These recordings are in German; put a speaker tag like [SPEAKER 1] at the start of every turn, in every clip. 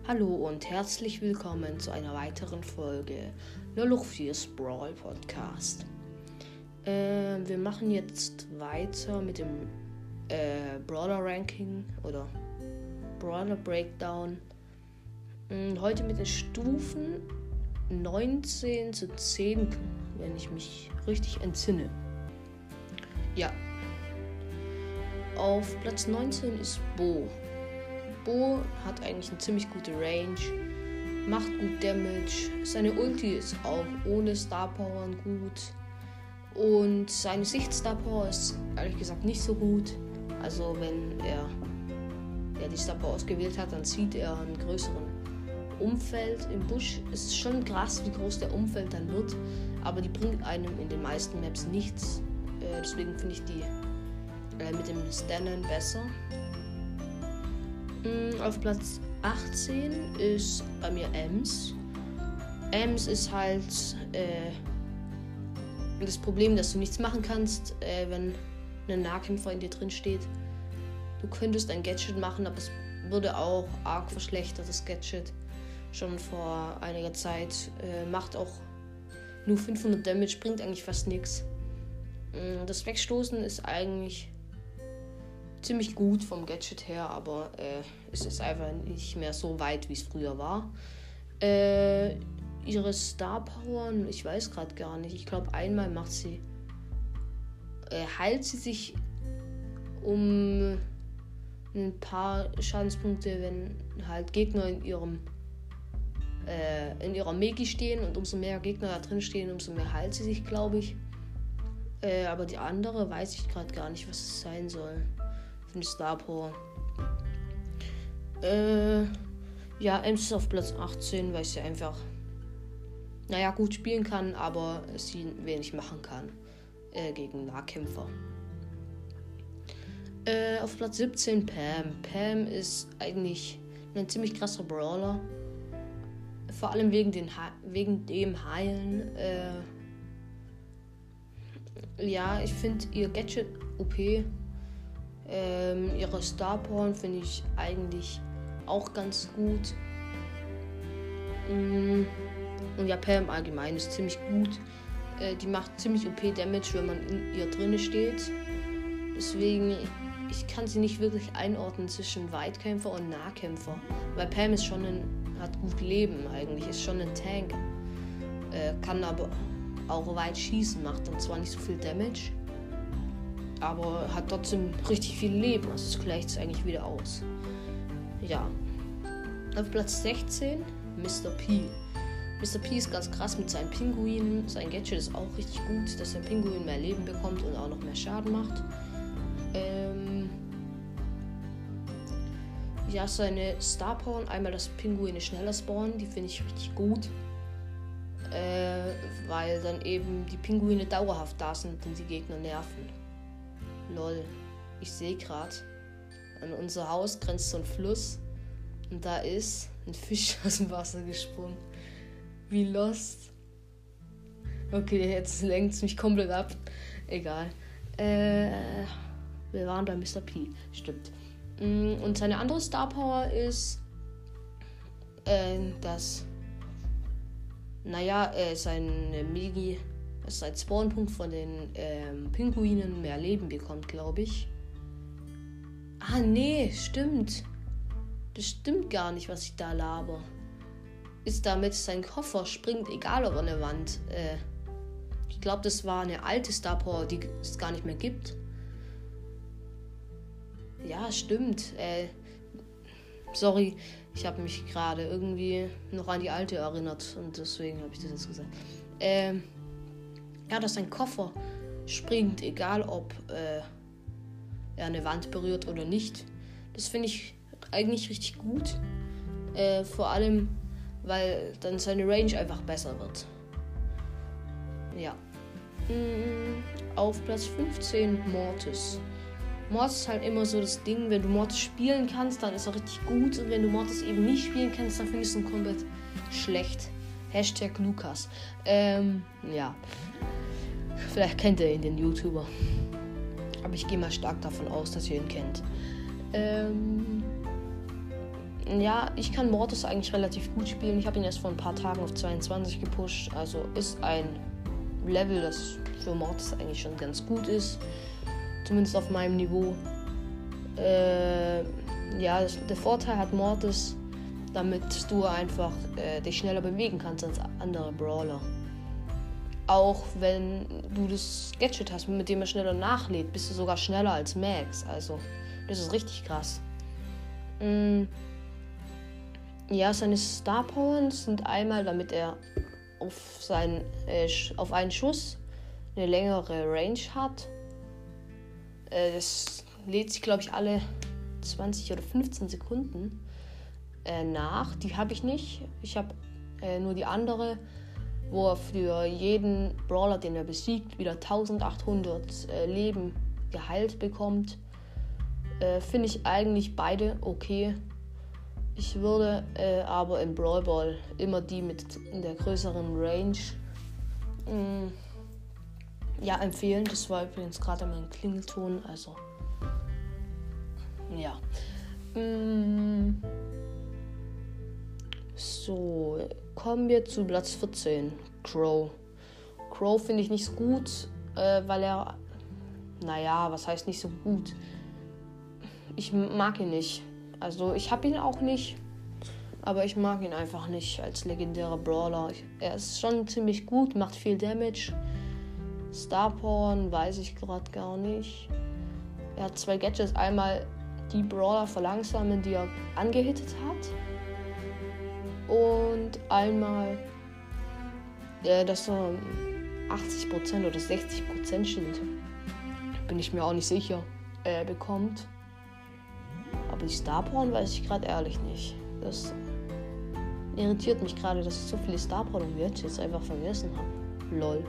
[SPEAKER 1] Hallo und herzlich willkommen zu einer weiteren Folge Loloch 4's Brawl Podcast. Wir machen jetzt weiter mit dem Brawler Ranking oder Brawler Breakdown. Heute mit den Stufen 19 zu 10, wenn ich mich richtig entsinne. Ja. Auf Platz 19 ist Bo. Bo hat eigentlich eine ziemlich gute Range, macht gut Damage, seine Ulti ist auch ohne Star Power gut und seine Sicht Star Power ist ehrlich gesagt nicht so gut. Also wenn er die Star Power ausgewählt hat, dann sieht er einen größeren Umfeld im Busch. Es ist schon krass, wie groß der Umfeld dann wird, aber die bringt einem in den meisten Maps nichts. Deswegen finde ich die mit dem Stannen besser. Auf Platz 18 ist bei mir Ems. Ems ist halt das Problem, dass du nichts machen kannst, wenn ein Nahkämpfer in dir drin steht. Du könntest ein Gadget machen, aber es würde auch arg verschlechtert, das Gadget. Schon vor einiger Zeit. Macht auch nur 500 Damage, bringt eigentlich fast nichts. Das Wegstoßen ist eigentlich ziemlich gut vom Gadget her, aber es ist einfach nicht mehr so weit, wie es früher war. Ihre Star Power, ich weiß gerade gar nicht. Ich glaube, einmal macht sie, heilt sie sich um ein paar Schadenspunkte, wenn halt Gegner in ihrer Megi stehen, und umso mehr Gegner da drin stehen, umso mehr heilt sie sich, glaube ich. Aber die andere weiß ich gerade gar nicht, was es sein soll. Für eine Star Power. Ja, Ems ist auf Platz 18, weil sie einfach, gut spielen kann, aber sie wenig machen kann gegen Nahkämpfer. Auf Platz 17 Pam. Pam ist eigentlich ein ziemlich krasser Brawler. Vor allem wegen dem Heilen. Ja, ich finde ihr Gadget OP. Ihre Star Power finde ich eigentlich auch ganz gut. Und ja, Pam allgemein ist ziemlich gut. Die macht ziemlich OP Damage, wenn man in ihr drinne steht. Deswegen, ich kann sie nicht wirklich einordnen zwischen Weitkämpfer und Nahkämpfer. Weil Pam ist hat gut Leben eigentlich, ist schon ein Tank. Kann aber auch weit schießen, macht dann zwar nicht so viel Damage, aber hat trotzdem richtig viel Leben. Also es gleicht es eigentlich wieder aus. Ja. Auf Platz 16 Mr. P. Mr. P ist ganz krass mit seinen Pinguinen. Sein Gadget ist auch richtig gut, dass der Pinguin mehr Leben bekommt und auch noch mehr Schaden macht. Ja, seine Star Power, einmal, dass Pinguine schneller spawnen, die finde ich richtig gut. Weil dann eben die Pinguine dauerhaft da sind und die Gegner nerven. Lol, ich sehe gerade, an unser Haus grenzt so ein Fluss und da ist ein Fisch aus dem Wasser gesprungen. Wie lost. Okay, jetzt lenkt es mich komplett ab. Egal. Wir waren bei Mr. P. Stimmt. Und seine andere Star Power ist, dass sein Spawnpunkt von den Pinguinen mehr Leben bekommt, glaube ich. Ah, nee, stimmt. Das stimmt gar nicht, was ich da laber. Ist damit sein Koffer springt, egal ob an der Wand. Ich glaube, das war eine alte Star Power, die es gar nicht mehr gibt. Ja, stimmt. Sorry, ich habe mich gerade irgendwie noch an die alte erinnert und deswegen habe ich das jetzt gesagt. Ja, dass sein Koffer springt, egal ob er eine Wand berührt oder nicht. Das finde ich eigentlich richtig gut. Vor allem, weil dann seine Range einfach besser wird. Ja. Auf Platz 15 Mortis. Mortis ist halt immer so das Ding, wenn du Mortis spielen kannst, dann ist er richtig gut. Und wenn du Mortis eben nicht spielen kannst, dann findest du ihn komplett schlecht. Hashtag Lukas. Ja. Vielleicht kennt ihr ihn, den YouTuber. Aber ich gehe mal stark davon aus, dass ihr ihn kennt. Ja, ich kann Mortis eigentlich relativ gut spielen. Ich habe ihn erst vor ein paar Tagen auf 22 gepusht. Also ist ein Level, das für Mortis eigentlich schon ganz gut ist. Zumindest auf meinem Niveau. Ja, der Vorteil hat Mortis, damit du einfach dich schneller bewegen kannst als andere Brawler. Auch wenn du das Gadget hast, mit dem er schneller nachlädt, bist du sogar schneller als Max. Also, das ist richtig krass. Ja, seine Star Powers sind einmal, damit er auf einen Schuss eine längere Range hat. Das lädt sich, glaube ich, alle 20 oder 15 Sekunden nach. Die habe ich nicht. Ich habe nur die andere, wo er für jeden Brawler, den er besiegt, wieder 1800 Leben geheilt bekommt. Finde ich eigentlich beide okay. Ich würde aber im Brawl Ball immer die mit in der größeren Range empfehlen. Das war übrigens gerade mein Klingelton, also ja. So, kommen wir zu Platz 14, Crow. Crow finde ich nicht so gut, weil er, was heißt nicht so gut? Ich mag ihn nicht. Also ich habe ihn auch nicht, aber ich mag ihn einfach nicht als legendärer Brawler. Er ist schon ziemlich gut, macht viel Damage. Star Power weiß ich gerade gar nicht. Er hat 2 Gadgets. Einmal die Brawler verlangsamen, die er angehittet hat. Und einmal, dass er 80% oder 60% Schild, bin ich mir auch nicht sicher, bekommt. Aber die Star Power weiß ich gerade ehrlich nicht. Das irritiert mich gerade, dass ich so viele Star Power jetzt einfach vergessen habe. Lol.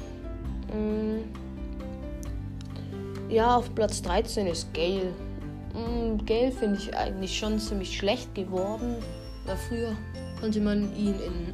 [SPEAKER 1] Ja, auf Platz 13 ist Gale. Gale finde ich eigentlich schon ziemlich schlecht geworden. Weil früher konnte man ihn in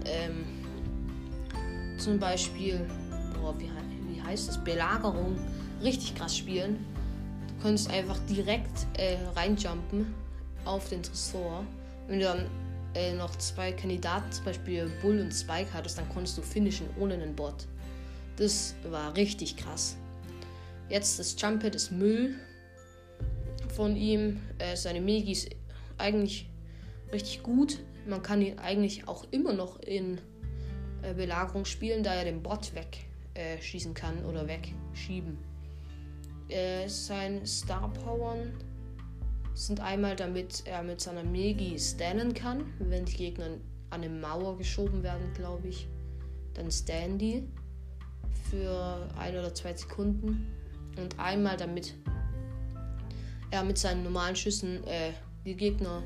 [SPEAKER 1] zum Beispiel, wie heißt es, Belagerung richtig krass spielen. Du konntest einfach direkt reinjumpen auf den Tresor. Wenn du dann noch 2 Kandidaten, zum Beispiel Bull und Spike hattest, dann konntest du finishen ohne einen Bot. Das war richtig krass. Jetzt das Jump-Pad ist Müll von ihm. Seine Megi ist eigentlich richtig gut. Man kann ihn eigentlich auch immer noch in Belagerung spielen, da er den Bot wegschießen kann oder wegschieben. Seine Star Powern sind einmal, damit er mit seiner Megi stannen kann, wenn die Gegner an eine Mauer geschoben werden, glaube ich. Dann stannen die für 1 oder 2 Sekunden. Und einmal, damit er mit seinen normalen Schüssen die Gegner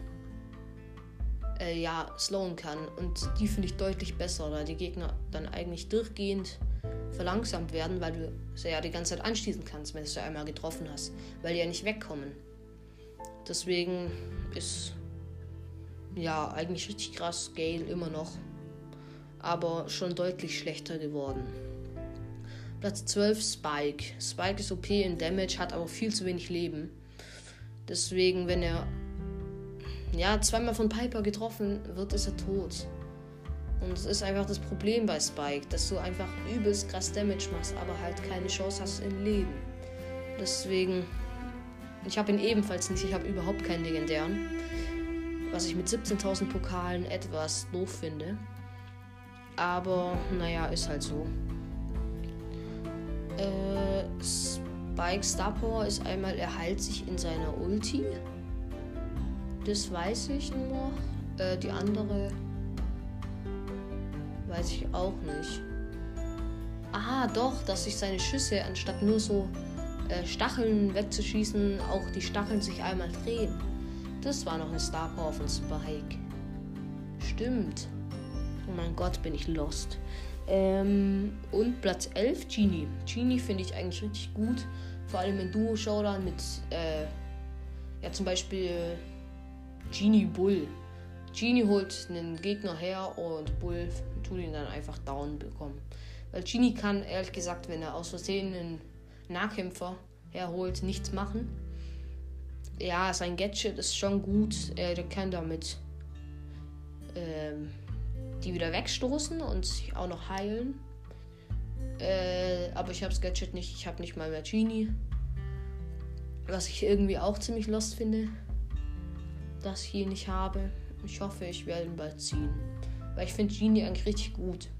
[SPEAKER 1] slowen kann. Und die finde ich deutlich besser, da die Gegner dann eigentlich durchgehend verlangsamt werden, weil du sie ja die ganze Zeit anschießen kannst, wenn du sie einmal getroffen hast, weil die ja nicht wegkommen. Deswegen ist eigentlich richtig krass Gale immer noch, aber schon deutlich schlechter geworden. Platz 12 Spike. Spike ist OP in Damage, hat aber viel zu wenig Leben. Deswegen, wenn er zweimal von Piper getroffen wird, ist er tot. Und es ist einfach das Problem bei Spike, dass du einfach übelst krass Damage machst, aber halt keine Chance hast im Leben. Deswegen, ich habe ihn ebenfalls nicht, ich habe überhaupt keinen legendären. Was ich mit 17.000 Pokalen etwas doof finde. Aber, ist halt so. Spike Star Power ist einmal, er heilt sich in seiner Ulti. Das weiß ich nur. Die andere weiß ich auch nicht. Doch, dass sich seine Schüsse, anstatt nur so Stacheln wegzuschießen, auch die Stacheln sich einmal drehen. Das war noch eine Star Power von Spike. Stimmt. Oh mein Gott, bin ich lost. Und Platz 11, Genie. Genie finde ich eigentlich richtig gut. Vor allem in Duo-Showdown mit zum Beispiel Genie Bull. Genie holt einen Gegner her und Bull tut ihn dann einfach down bekommen. Weil Genie kann, ehrlich gesagt, wenn er aus Versehen einen Nahkämpfer herholt, nichts machen. Ja, sein Gadget ist schon gut. Der kann damit die wieder wegstoßen und sich auch noch heilen. Aber ich habe das Gadget nicht. Ich habe nicht mal mehr Genie. Was ich irgendwie auch ziemlich lost finde, dass ich ihn nicht habe. Ich hoffe, ich werde ihn bald ziehen. Weil ich finde Genie eigentlich richtig gut.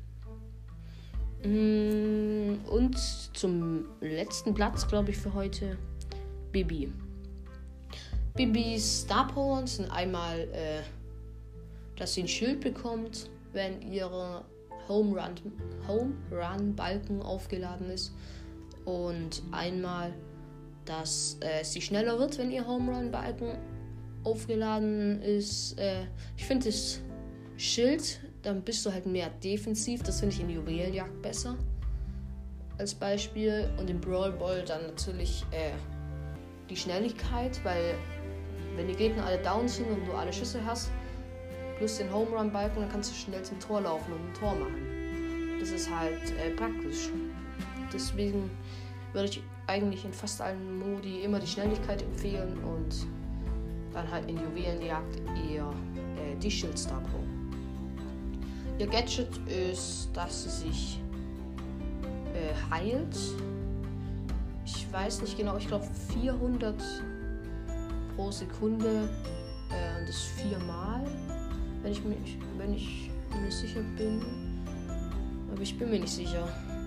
[SPEAKER 1] Und zum letzten Platz, glaube ich, für heute Bibi. Bibis Star Power sind einmal, dass sie ein Schild bekommt, wenn ihre Home Run Balken aufgeladen ist. Und einmal, dass sie schneller wird, wenn ihr Home Run Balken aufgeladen ist. Ich finde das Schild, dann bist du halt mehr defensiv. Das finde ich in Juwelenjagd besser. Als Beispiel. Und im Brawl Ball dann natürlich die Schnelligkeit, weil wenn die Gegner alle down sind und du alle Schüsse hast, plus den Home Run Balken, dann kannst du schnell zum Tor laufen und ein Tor machen. Das ist halt praktisch. Deswegen würde ich eigentlich in fast allen Modi immer die Schnelligkeit empfehlen und dann halt in Juwelenjagd eher die Schildstar Pro. Ihr Gadget ist, dass sie sich heilt. Ich weiß nicht genau, ich glaube 400 pro Sekunde und das 4-mal, wenn ich mir sicher bin. Aber ich bin mir nicht sicher.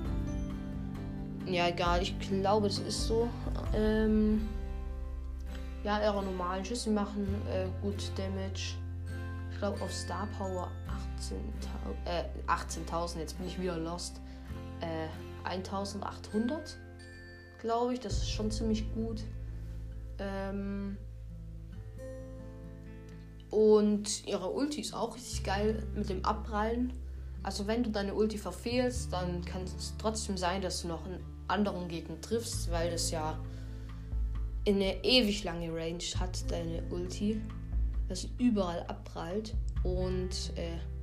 [SPEAKER 1] Ja, egal, ich glaube, das ist so. Ja, ihre normalen Schüsse machen gut Damage. Ich glaube auf Star Power 18.000, jetzt bin ich wieder lost. 1.800, glaube ich, das ist schon ziemlich gut. Und ihre Ulti ist auch richtig geil mit dem Abprallen. Also wenn du deine Ulti verfehlst, dann kann es trotzdem sein, dass du noch einen anderen Gegner triffst, weil das ja eine ewig lange Range hat, deine Ulti. Dass sie überall abprallt und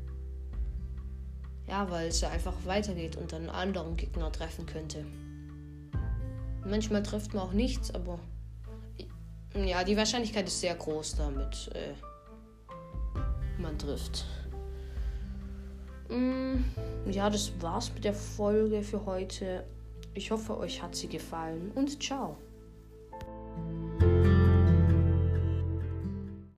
[SPEAKER 1] ja, weil es ja einfach weitergeht und dann einen anderen Gegner treffen könnte. Manchmal trifft man auch nichts, aber ja, die Wahrscheinlichkeit ist sehr groß, damit man trifft. Ja, das war's mit der Folge für heute. Ich hoffe, euch hat sie gefallen und ciao.